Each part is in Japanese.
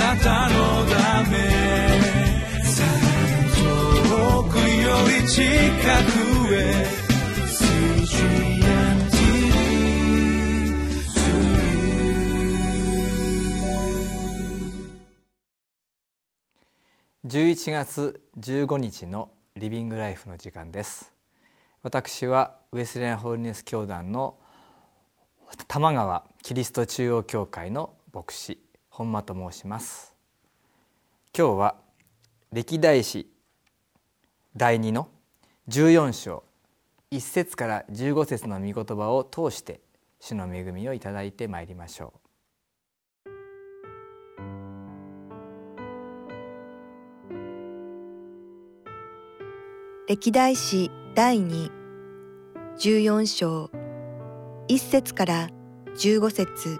なたのため遠くより近くへ 11月15日のリビングライフの時間です。私はウェスレンホーリネス教団の玉川キリスト中央教会の牧師本間と申します。今日は歴代史第2の14章1節から15節の御言葉を通して主の恵みをいただいてまいりましょう。 歴代史第2、14章、1節から15節。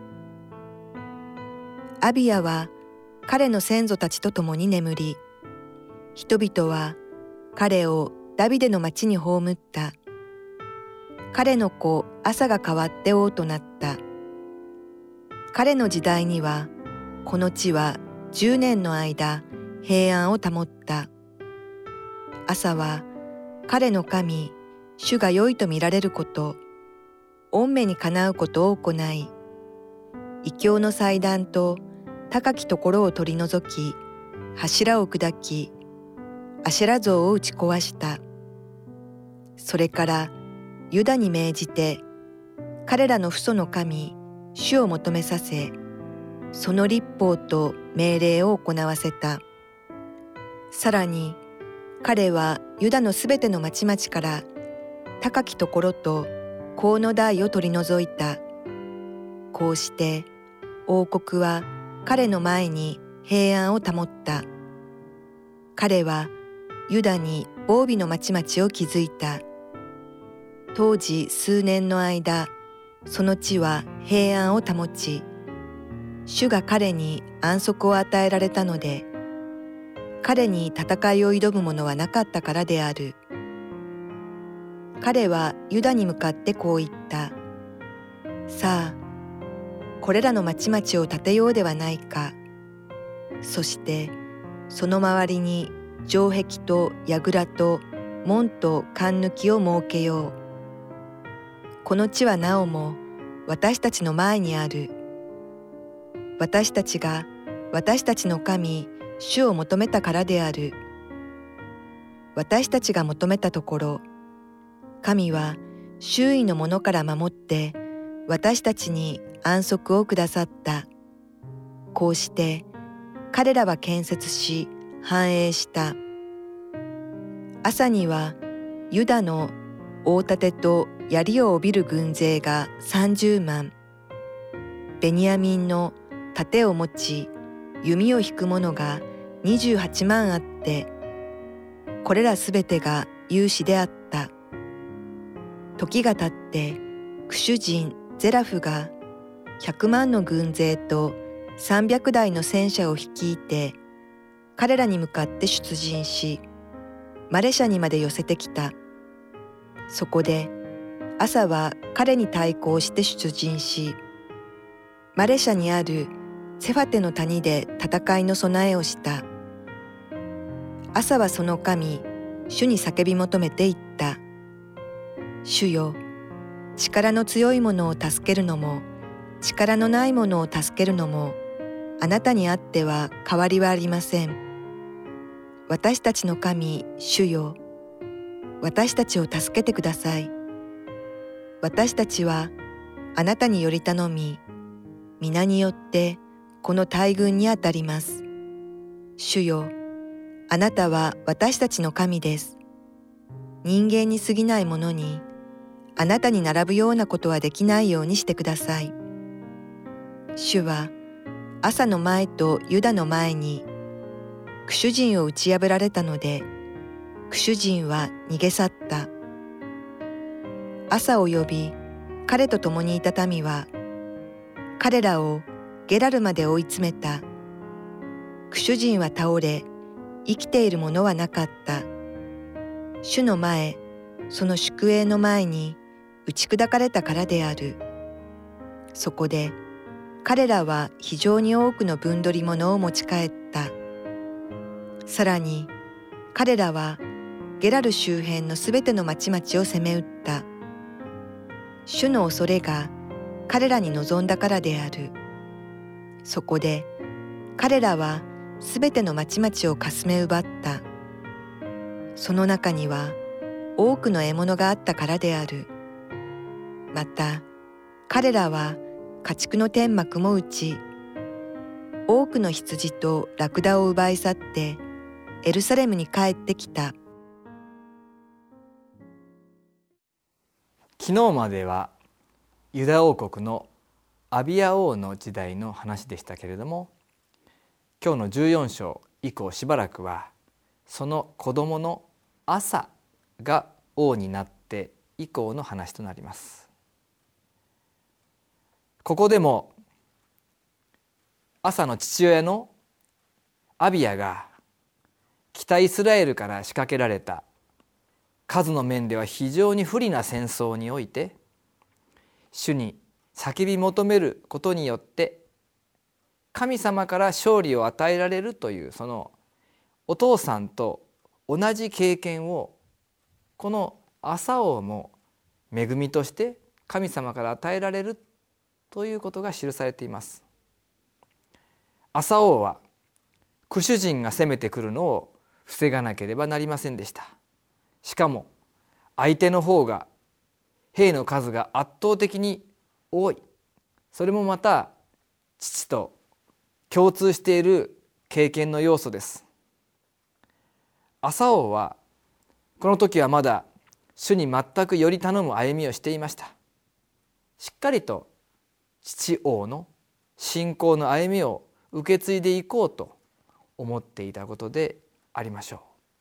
アビヤは彼の先祖たちと共に眠り、人々は彼をダビデの町に葬った。彼の子アサが代わって王となった。彼の時代には、この地は10年の間平安を保った。アサは彼の神、主が良いと見られること、御目にかなうことを行い、異教の祭壇と高きところを取り除き、柱を砕き、アシェラ像を打ち壊した。それからユダに命じて、彼らの父祖の神、主を求めさせ、その律法と命令を行わせた。さらに、彼はユダのすべての町々から高きところと香の台を取り除いた。こうして王国は彼の前に平安を保った。彼はユダに防備の町々を築いた。当時数年の間、その地は平安を保ち、主が彼に安息を与えられたので、彼に戦いを挑む者はなかったからである。彼はユダに向かってこう言った。さあ、これらの町々を建てようではないか。そして、その周りに城壁と櫓と門と関抜きを設けよう。この地はなおも私たちの前にある。私たちが私たちの神、主を求めたからである。私たちが求めたところ、神は周囲のものから守って私たちに安息をくださった。こうして彼らは建設し繁栄した。アサにはユダの大盾と槍を帯びる軍勢が30万、ベニヤミンの盾を持ち弓を引く者が28万あって、これらすべてが勇士であった。時がたって、クシュ人ゼラフが100万の軍勢と300台の戦車を率いて、彼らに向かって出陣し、マレシャにまで寄せてきた。そこで、アサは彼に対抗して出陣し、マレシャにあるセファテの谷で戦いの備えをした。アサはその神、主に叫び求めて言った。主よ、力の強い者を助けるのも、力のない者を助けるのも、あなたにあっては変わりはありません。私たちの神、主よ、私たちを助けてください。私たちはあなたにより頼み、皆によってこの大軍にあたります。主よ、あなたは私たちの神です。人間に過ぎないものに、あなたに並ぶようなことはできないようにしてください。主は、アサの前とユダの前に、クシュ人を打ち破られたので、クシュ人は逃げ去った。アサを呼び、彼と共にいた民は、彼らをゲラルまで追い詰めた。クシュ人は倒れ、生きているものはなかった。主の前、その宿営の前に打ち砕かれたからである。そこで、 彼らは非常に多くの分取り物を持ち帰った。さらに彼らはゲラル周辺のすべての町々を攻め撃った。主の恐れが彼らに望んだからである。そこで彼らはすべての町々をかすめ奪った。その中には多くの獲物があったからである。また彼らは家畜の天幕も打ち、多くの羊とラクダを奪い去ってエルサレムに帰ってきた。 昨日まではユダ王国のアビヤ王の時代の話でしたけれども、今日の14章以降しばらくはその子供のアサが王になって以降の話となります。ここでもアサの父親のアビヤが北イスラエルから仕掛けられた数の面では非常に不利な戦争において主に叫び求めることによって神様から勝利を与えられるという、そのお父さんと同じ経験をこのアサ王も恵みとして神様から与えられるということが記されています。アサ王はクシュ人が攻めてくるのを防がなければなりませんでした。しかも相手の方が兵の数が圧倒的に多い。それもまた父と共通している経験の要素です。アサ王はこの時はまだ主に全くより頼む歩みをしていました。しっかりと父王の信仰の歩みを受け継いでいこうと思っていたことでありましょう。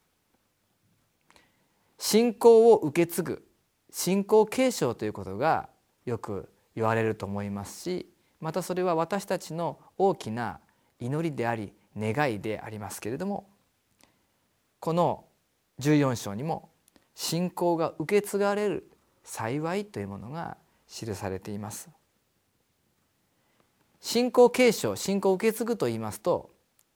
信仰を受け継ぐ、信仰継承ということがよく言われると思いますし、またそれは私たちの大きな祈りであり願いでありますけれども、この14章にも信仰が受け継がれる幸いというものが記されています。信仰継承、信仰を受け継ぐといいますと、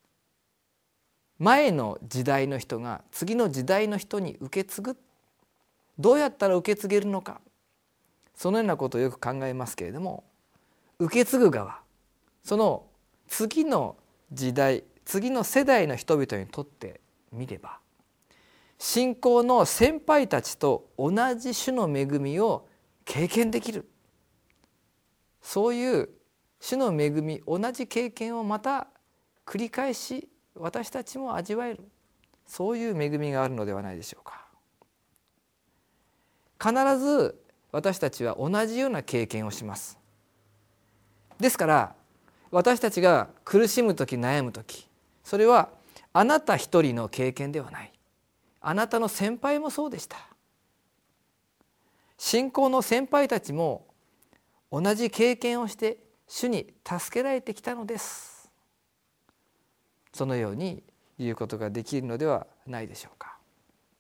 前の時代の人が次の時代の人に受け継ぐ、どうやったら受け継げるのか、そのようなことをよく考えますけれども、受け継ぐ側、その次の時代、次の世代の人々にとってみれば、信仰の先輩たちと同じ種の恵みを経験できる、そういう種の恵み、同じ経験をまた繰り返し私たちも味わえる、そういう恵みがあるのではないでしょうか。必ず私たちは同じような経験をします。ですから私たちが苦しむ時、悩む時、それはあなた一人の経験ではない。あなたの先輩もそうでした。信仰の先輩たちも同じ経験をして主に助けられてきたのです。そのように言うことができるのではないでしょうか。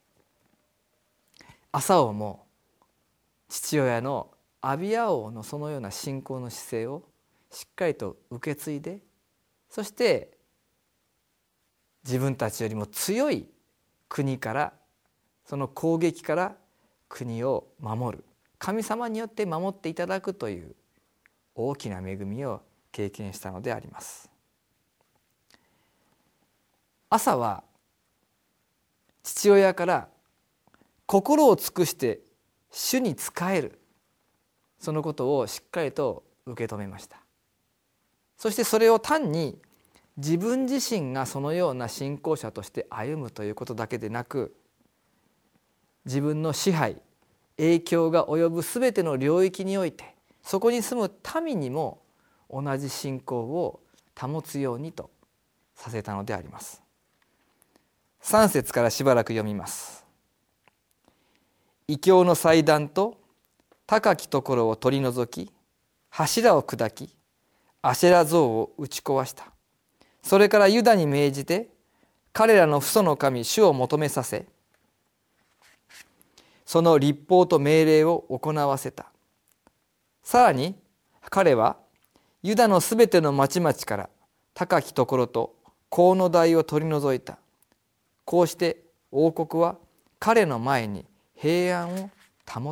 アサ王も父親のアビヤ王のそのような信仰の姿勢をしっかりと受け継いで、そして自分たちよりも強い国から、その攻撃から国を守る、神様によって守っていただくという大きな恵みを経験したのであります。アサは父親から心を尽くして主に仕える、そのことをしっかりと受け止めました。そしてそれを単に自分自身がそのような信仰者として歩むということだけでなく、自分の支配、影響が及ぶすべての領域において、そこに住む民にも同じ信仰を保つようにとさせたのであります。3節からしばらく読みます。異教の祭壇と高きところを取り除き、柱を砕き、アシェラ像を打ち壊した。それからユダに命じて彼らの父祖の神主を求めさせ、その律法と命令を行わせた。さらに彼はユダのすべての町々から高きところと香の台を取り除いた。こうして王国は彼の前に平安を保った。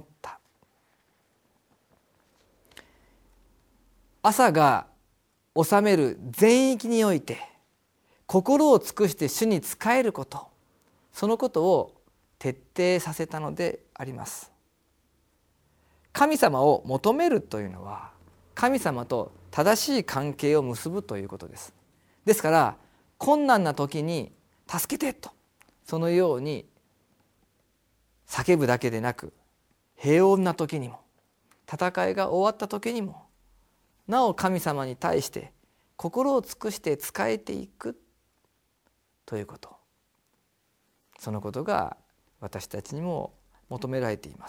朝が治める全域において心を尽くして主に仕えること、そのことを徹底させたのであります。神様を求めるというのは神様と正しい関係を結ぶということです。ですから困難な時に助けてとそのように叫ぶだけでなく、平穏な時にも戦いが終わった時にもなお神様に対して心を尽くして仕えていくということ、そのことが私たちにも求められています。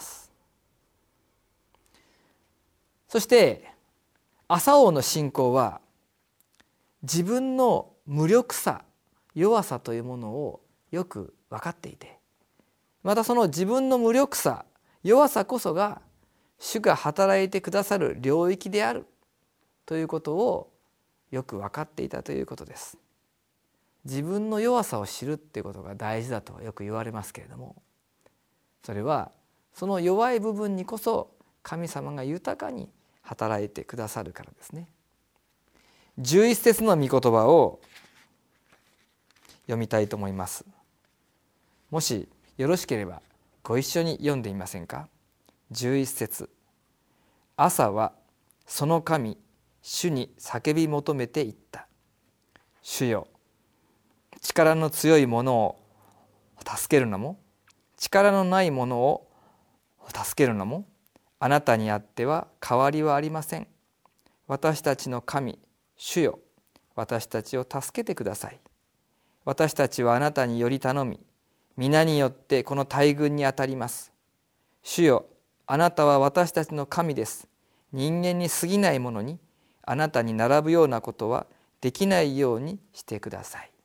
そしてアサ王の信仰は自分の無力さ、弱さというものをよく分かっていて、またその自分の無力さ、弱さこそが主が働いてくださる領域であるということをよく分かっていたということです。自分の弱さを知るっていうことが大事だとよく言われますけれども、それはその弱い部分にこそ神様が豊かに働いてくださるからですね。11節の御言葉を読みたいと思います。もしよろしければご一緒に読んでみませんか。11節、朝はその神主に叫び求めていった。主よ、力の強い者を助けるのも力のない者を助けるのもあなたにあっては変わりはありません。私たちの神主よ、私たちを助けてください。私たちはあなたにより頼み、皆によってこの大軍にあたります。主よ、あなたは私たちの神です。人間に過ぎないものにあなたに並ぶようなことはできないようにしてください。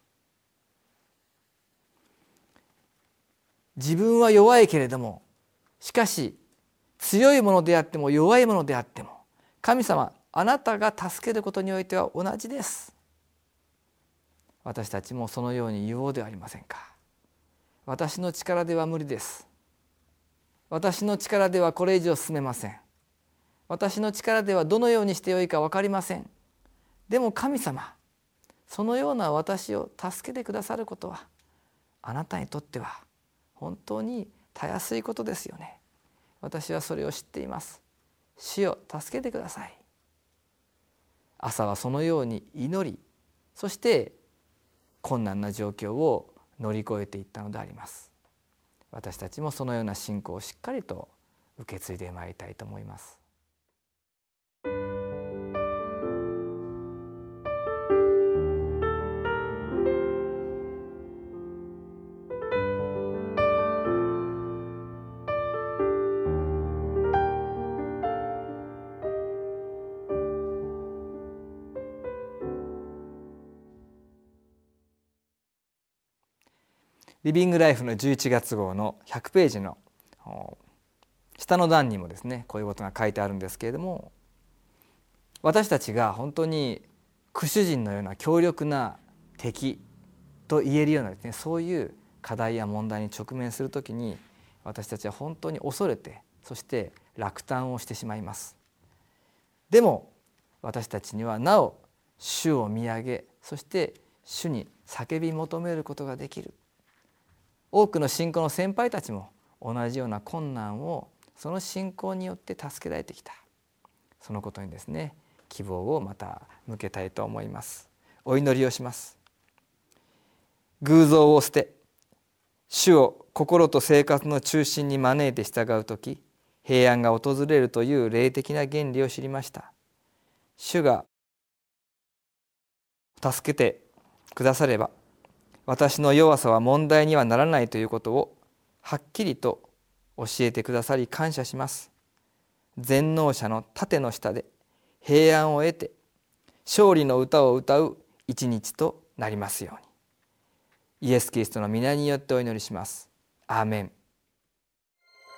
自分は弱いけれども、しかし強いものであっても弱いものであっても神様、あなたが助けることにおいては同じです。私たちもそのように言おうではありませんか。私の力では無理です。私の力ではこれ以上進めません。私の力ではどのようにしてよいか分かりません。でも神様、そのような私を助けてくださることはあなたにとっては本当にたやすいことですよね。私はそれを知っています。主よ、助けてください。朝はそのように祈り、そして困難な状況を乗り越えていったのであります。私たちもそのような信仰をしっかりと受け継いでまいりたいと思います。リビングライフの11月号の100ページの下の段にもですね、こういうことが書いてあるんですけれども、私たちが本当に苦主人のような強力な敵と言えるようなですね、そういう課題や問題に直面するときに私たちは本当に恐れて、そして落胆をしてしまいます。でも私たちにはなお主を見上げ、そして主に叫び求めることができる。多くの信仰の先輩たちも同じような困難をその信仰によって助けられてきた。そのことにですね、希望をまた向けたいと思います。お祈りをします。偶像を捨て、主を心と生活の中心に招いて従うとき、平安が訪れるという霊的な原理を知りました。主が助けてくだされば、私の弱さは問題にはならないということをはっきりと教えてくださり感謝します。全能者の盾の下で平安を得て勝利の歌を歌う一日となりますように。イエス・キリストの皆によってお祈りします。アーメン。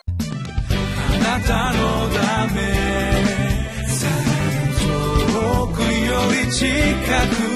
あなたのためより近く